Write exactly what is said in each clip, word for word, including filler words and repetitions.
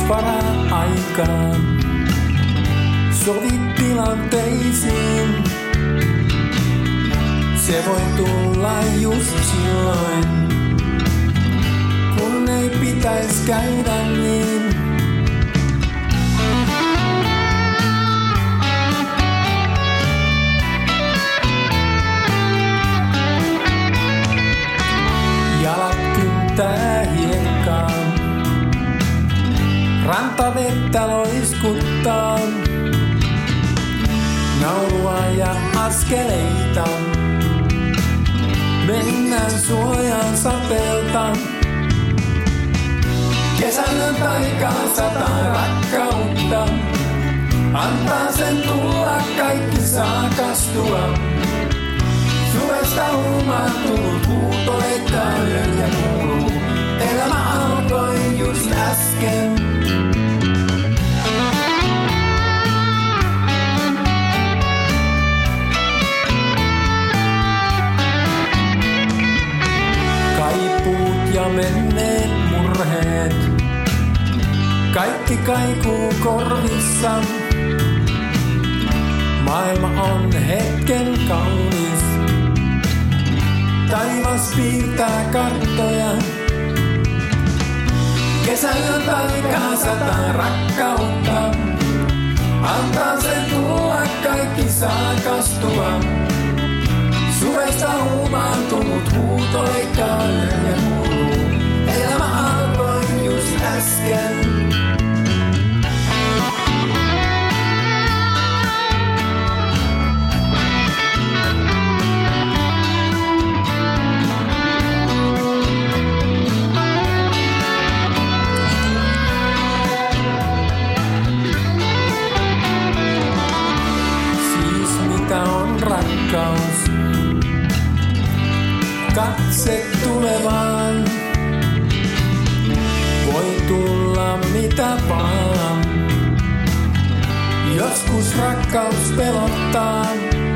vara-aikaan. Sovit tilanteisiin, se voi tulla just silloin, kun ei pitäis käydä niin. Jalat kyntää hiekkaan, rantavettä loiskuttaa. Naurua ja askeleita, mennään suojaan sateelta. Kesän taikaan sataa rakkautta, antaa sen tulla, kaikki saa kastua. Suvesta huumaantunut huuto leikkaa yön ja kuuluu. Elämä alkoi just äsken. Kaipuut ja menneet murheet, kaikki kaikuu korvissa. Maailma on hetken kaunis, taivas piirtää karttoja. Kesällä taikaa sataa rakkautta, antaa sen tulla, kaikki saa kastua. Suvesta huumaantunut huuto leikkaa yön ja kuuluu. Elämä alkoi just äsken. Siis mitä on rakkaus? Katse tulevaan, voi tulla mitä vaan. Joskus rakkaus pelottaa,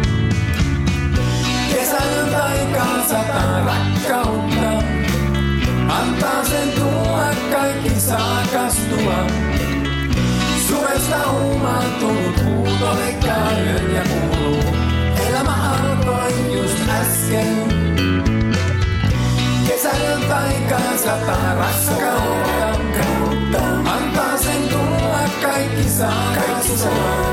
kesän taikaan sataa rakkautta. Antaa sen tulla, kaikki saa kastua. Suvesta huumaantunut huuto leikkaa yön ja kuuluu. Elämä alkoi just äsken. Kesällä taikaan sataa rakkautta, antaa sen tulla, kaikki saa kasvaa.